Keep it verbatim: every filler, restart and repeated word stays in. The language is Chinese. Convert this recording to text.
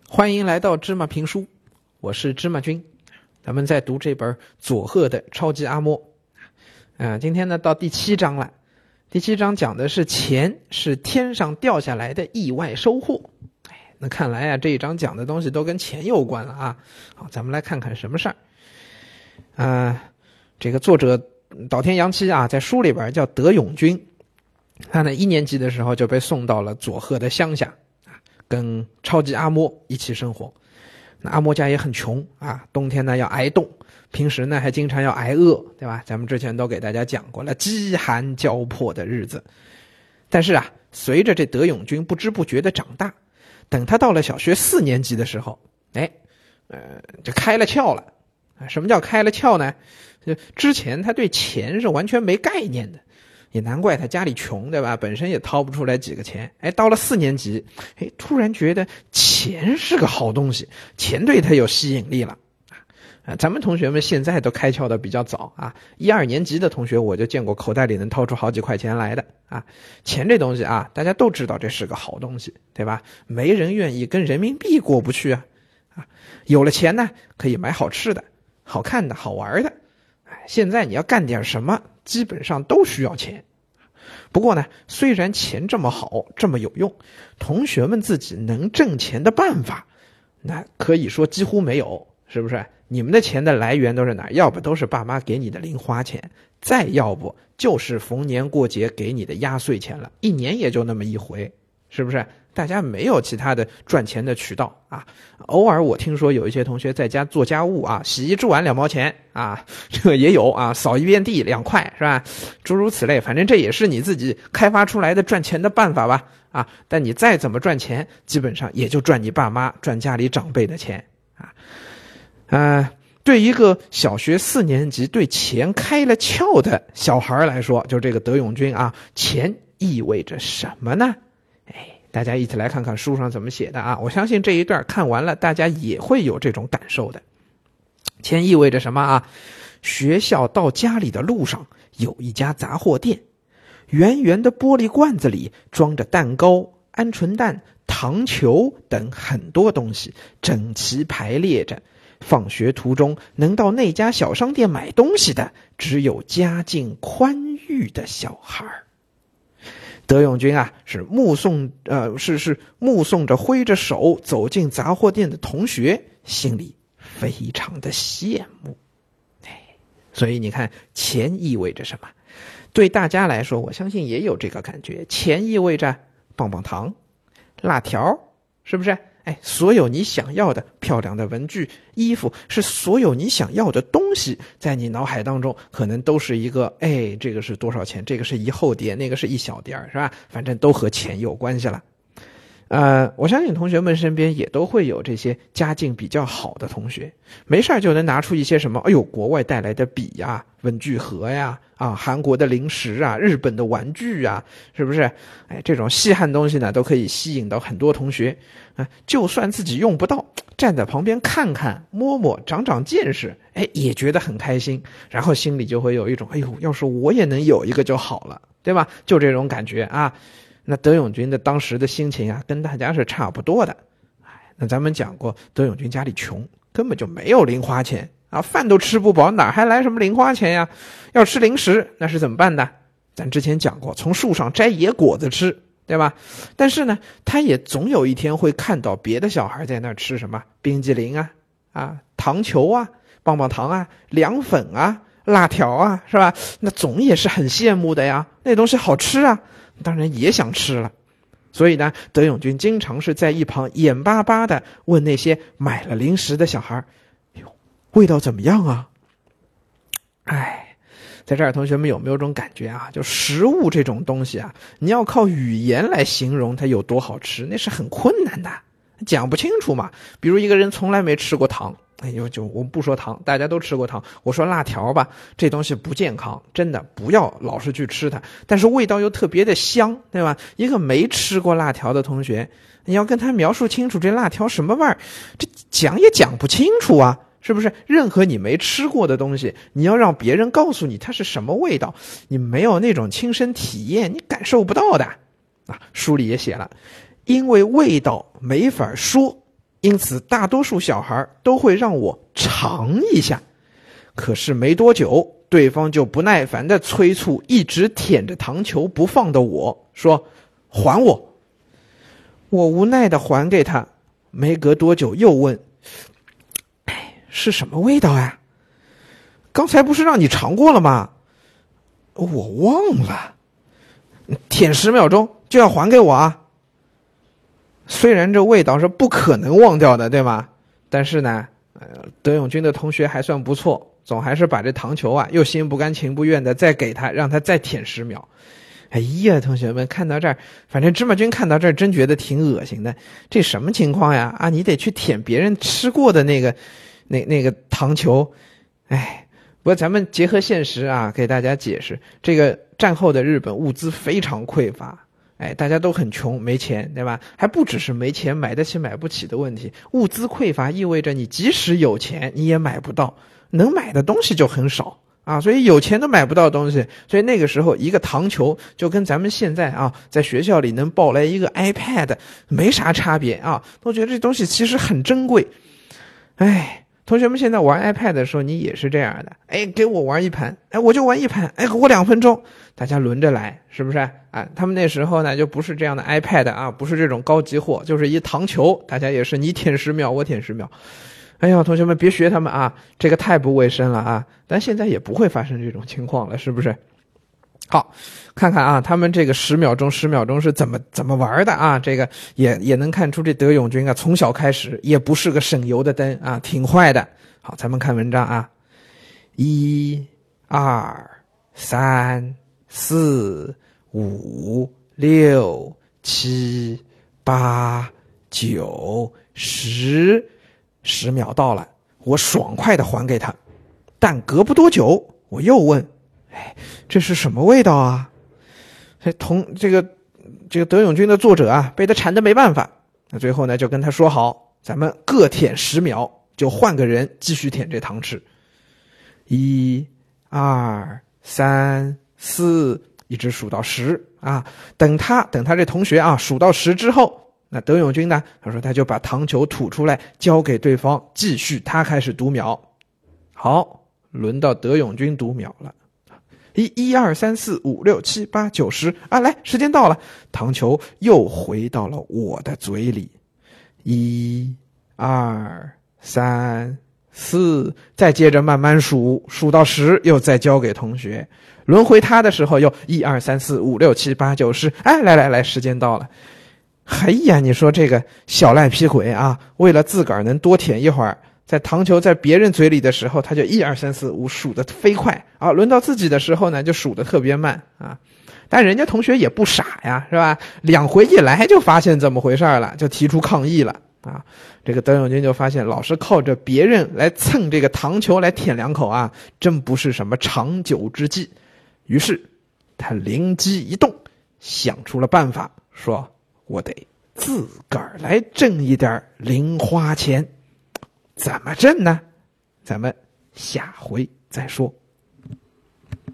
欢迎来到芝麻评书，我是芝麻君。咱们在读这本佐贺的超级阿嬷。呃，今天呢到第七章了。第七章讲的是钱是天上掉下来的意外收获。哎，那看来啊这一章讲的东西都跟钱有关了啊。好，咱们来看看什么事儿。呃，这个作者岛田洋七啊，在书里边叫德永君。他呢一年级的时候就被送到了佐贺的乡下。跟超级阿嬷一起生活，那阿嬷家也很穷啊，冬天呢要挨冻，平时呢还经常要挨饿，对吧？咱们之前都给大家讲过了，饥寒交迫的日子。但是啊，随着这德永君不知不觉的长大，等他到了小学四年级的时候，哎，呃，就开了窍了。什么叫开了窍呢？就之前他对钱是完全没概念的。也难怪他家里穷，对吧？本身也掏不出来几个钱。哎，到了四年级，哎，突然觉得钱是个好东西，钱对他有吸引力了。啊，咱们同学们现在都开窍的比较早啊，一二年级的同学我就见过口袋里能掏出好几块钱来的啊。钱这东西啊，大家都知道这是个好东西，对吧？没人愿意跟人民币过不去啊。啊，有了钱呢，可以买好吃的、好看的、好玩的。哎，现在你要干点什么，基本上都需要钱。不过呢，虽然钱这么好，这么有用，同学们自己能挣钱的办法，那可以说几乎没有，是不是？你们的钱的来源都是哪儿？要不都是爸妈给你的零花钱，再要不就是逢年过节给你的压岁钱了，一年也就那么一回，是不是？大家没有其他的赚钱的渠道啊。偶尔我听说有一些同学在家做家务啊，洗衣煮碗两毛钱啊，这个也有啊，扫一遍地两块，是吧？诸如此类，反正这也是你自己开发出来的赚钱的办法吧啊。但你再怎么赚钱，基本上也就赚你爸妈、赚家里长辈的钱啊。呃，对一个小学四年级对钱开了窍的小孩来说，就这个德永君啊，钱意味着什么呢？哎。大家一起来看看书上怎么写的啊！我相信这一段看完了，大家也会有这种感受的。钱意味着什么啊？学校到家里的路上有一家杂货店，圆圆的玻璃罐子里装着蛋糕、鹌鹑蛋、糖球等很多东西，整齐排列着。放学途中能到那家小商店买东西的，只有家境宽裕的小孩。德永君啊，是目送呃是是目送着挥着手走进杂货店的同学，心里非常的羡慕。哎，所以你看，钱意味着什么？对大家来说，我相信也有这个感觉。钱意味着棒棒糖、辣条，是不是？哎，所有你想要的漂亮的文具、衣服，是所有你想要的东西，在你脑海当中可能都是一个，哎，这个是多少钱？这个是一厚碟，那个是一小碟，是吧？反正都和钱有关系了。呃，我相信同学们身边也都会有这些家境比较好的同学，没事就能拿出一些什么，哎呦，国外带来的笔呀、文具盒呀，啊，韩国的零食啊，日本的玩具啊，是不是？哎，这种稀罕东西呢，都可以吸引到很多同学啊。就算自己用不到，站在旁边看看、摸摸、长长见识，哎，也觉得很开心。然后心里就会有一种，哎呦，要是我也能有一个就好了，对吧？就这种感觉啊。那德永君的当时的心情啊，跟大家是差不多的。哎，那咱们讲过，德永君家里穷，根本就没有零花钱啊，饭都吃不饱，哪还来什么零花钱呀？要吃零食，那是怎么办的？咱之前讲过，从树上摘野果子吃，对吧？但是呢，他也总有一天会看到别的小孩在那吃什么冰激凌啊、啊糖球啊、棒棒糖啊、凉粉啊、辣条啊，是吧？那总也是很羡慕的呀，那东西好吃啊。当然也想吃了，所以呢，德永君经常是在一旁眼巴巴的问那些买了零食的小孩：“哎呦，味道怎么样啊？”哎，在这儿同学们有没有种感觉啊？就食物这种东西啊，你要靠语言来形容它有多好吃，那是很困难的，讲不清楚嘛。比如一个人从来没吃过糖。哎呦，就我不说糖，大家都吃过糖。我说辣条吧，这东西不健康，真的不要老是去吃它。但是味道又特别的香，对吧？一个没吃过辣条的同学，你要跟他描述清楚这辣条什么味儿，这讲也讲不清楚啊，是不是？任何你没吃过的东西，你要让别人告诉你它是什么味道，你没有那种亲身体验，你感受不到的啊。书里也写了，因为味道没法说。 因此大多数小孩都会让我尝一下。可是没多久，对方就不耐烦地催促一直舔着糖球不放的我，说还我。我无奈地还给他，没隔多久又问，哎，是什么味道呀？刚才不是让你尝过了吗？我忘了。舔十秒钟就要还给我啊。虽然这味道是不可能忘掉的，对吗？但是呢，呃，德永君的同学还算不错，总还是把这糖球啊又心不甘情不愿的再给他，让他再舔十秒。哎呀，同学们看到这儿，反正芝麻君看到这儿真觉得挺恶心的。这什么情况呀？啊，你得去舔别人吃过的那个那那个糖球。哎，不过咱们结合现实啊，给大家解释，这个战后的日本物资非常匮乏。哎，大家都很穷，没钱，对吧？还不只是没钱买得起买不起的问题，物资匮乏意味着你即使有钱你也买不到，能买的东西就很少啊，所以有钱都买不到东西。所以那个时候一个糖球就跟咱们现在啊在学校里能抱来一个 iPad 没啥差别啊，都觉得这东西其实很珍贵。哎，同学们现在玩 iPad 的时候你也是这样的，哎，给我玩一盘，哎，我就玩一盘，哎，给我两分钟，大家轮着来，是不是啊？他们那时候呢就不是这样的 iPad 啊，不是这种高级货，就是一糖球，大家也是你舔十秒我舔十秒。哎呀，同学们别学他们啊，这个太不卫生了啊！但现在也不会发生这种情况了，是不是？好，看看啊，他们这个十秒钟十秒钟是怎么怎么玩的啊？这个也也能看出这德永君啊，从小开始也不是个省油的灯啊，挺坏的。好，咱们看文章啊，一、二、三、四、五、六、七、八、九、十。十秒到了，我爽快地还给他，但隔不多久，我又问，哎，这是什么味道啊？同这个这个德永君的作者啊，被他馋得没办法，那最后呢，就跟他说好，咱们各舔十秒，就换个人继续舔这糖吃。一、二、三、四，一直数到十啊。等他等他这同学啊数到十之后。那德永君呢？他说他就把糖球吐出来，交给对方，继续他开始读秒。好，轮到德永君读秒了。一、一、二、三、四、五、六、七、八、九、十啊！来，时间到了，糖球又回到了我的嘴里。一、二、三、四，再接着慢慢数，数到十，又再交给同学。轮回他的时候，又一、二、三、四、五、六、七、八、九、十。哎，来来来，时间到了。哎呀，你说这个小赖皮鬼啊，为了自个儿能多舔一会儿，在糖球在别人嘴里的时候，他就一二三四五数得飞快啊，轮到自己的时候呢，就数得特别慢啊。但人家同学也不傻呀，是吧？两回一来就发现怎么回事了，就提出抗议了啊。这个德永君就发现老师靠着别人来蹭这个糖球来舔两口啊，真不是什么长久之计。于是他灵机一动，想出了办法，说我得自个儿来挣一点零花钱，怎么挣呢？咱们下回再说。